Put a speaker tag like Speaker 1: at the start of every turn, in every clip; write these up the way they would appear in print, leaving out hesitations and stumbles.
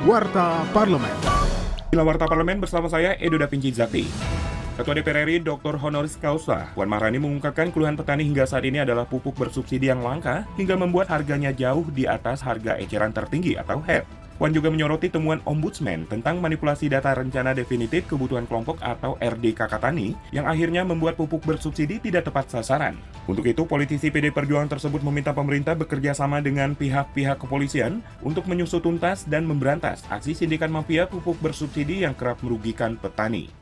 Speaker 1: Warta Parlemen.
Speaker 2: Inilah Warta Parlemen bersama saya, Edo Da Vinci Zakti. Ketua DPR RI Dr. Honoris Causa Puan Maharani mengungkapkan keluhan petani hingga saat ini adalah pupuk bersubsidi yang langka hingga membuat harganya jauh di atas harga eceran tertinggi atau HEP. Puan juga menyoroti temuan Ombudsman tentang manipulasi data rencana definitif kebutuhan kelompok atau RDKK Tani yang akhirnya membuat pupuk bersubsidi tidak tepat sasaran. Untuk itu, politisi PD Perjuangan tersebut meminta pemerintah bekerja sama dengan pihak-pihak kepolisian untuk menyusut tuntas dan memberantas aksi sindikat mafia pupuk bersubsidi yang kerap merugikan petani.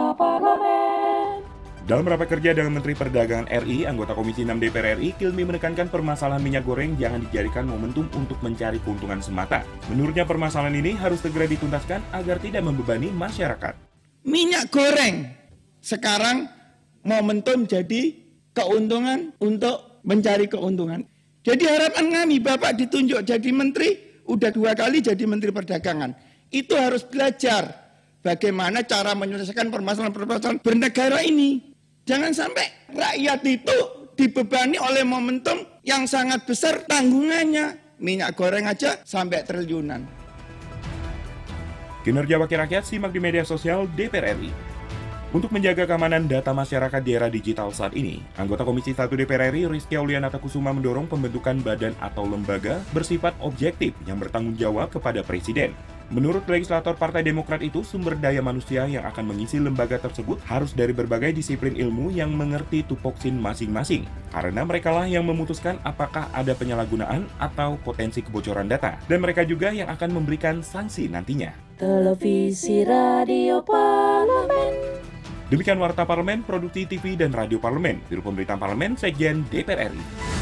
Speaker 2: Dalam rapat kerja dengan Menteri Perdagangan RI, anggota Komisi 6 DPR RI, Kilmi menekankan permasalahan minyak goreng jangan dijadikan momentum untuk mencari keuntungan semata. Menurutnya permasalahan ini harus segera dituntaskan agar tidak membebani masyarakat.
Speaker 3: Minyak goreng sekarang momentum jadi keuntungan untuk mencari keuntungan. Jadi harapan kami Bapak ditunjuk jadi menteri, udah 2 kali jadi Menteri Perdagangan. Itu harus belajar bagaimana cara menyelesaikan permasalahan-permasalahan bernegara ini. Jangan sampai rakyat itu dibebani oleh momentum yang sangat besar tanggungannya. Minyak goreng aja sampai triliunan.
Speaker 2: Kinerja Wakil Rakyat simak di media sosial DPR RI. Untuk menjaga keamanan data masyarakat di era digital saat ini, anggota Komisi 1 DPR RI Rizky Aulianata Kusuma mendorong pembentukan badan atau lembaga bersifat objektif yang bertanggung jawab kepada Presiden. Menurut legislator Partai Demokrat itu, sumber daya manusia yang akan mengisi lembaga tersebut harus dari berbagai disiplin ilmu yang mengerti tupoksin masing-masing. Karena merekalah yang memutuskan apakah ada penyalahgunaan atau potensi kebocoran data. Dan mereka juga yang akan memberikan sanksi nantinya.
Speaker 4: Televisi Radio Parlemen.
Speaker 2: Demikian Warta Parlemen, Produksi TV dan Radio Parlemen, Biro Pemberitaan Parlemen, Sekjen DPR RI.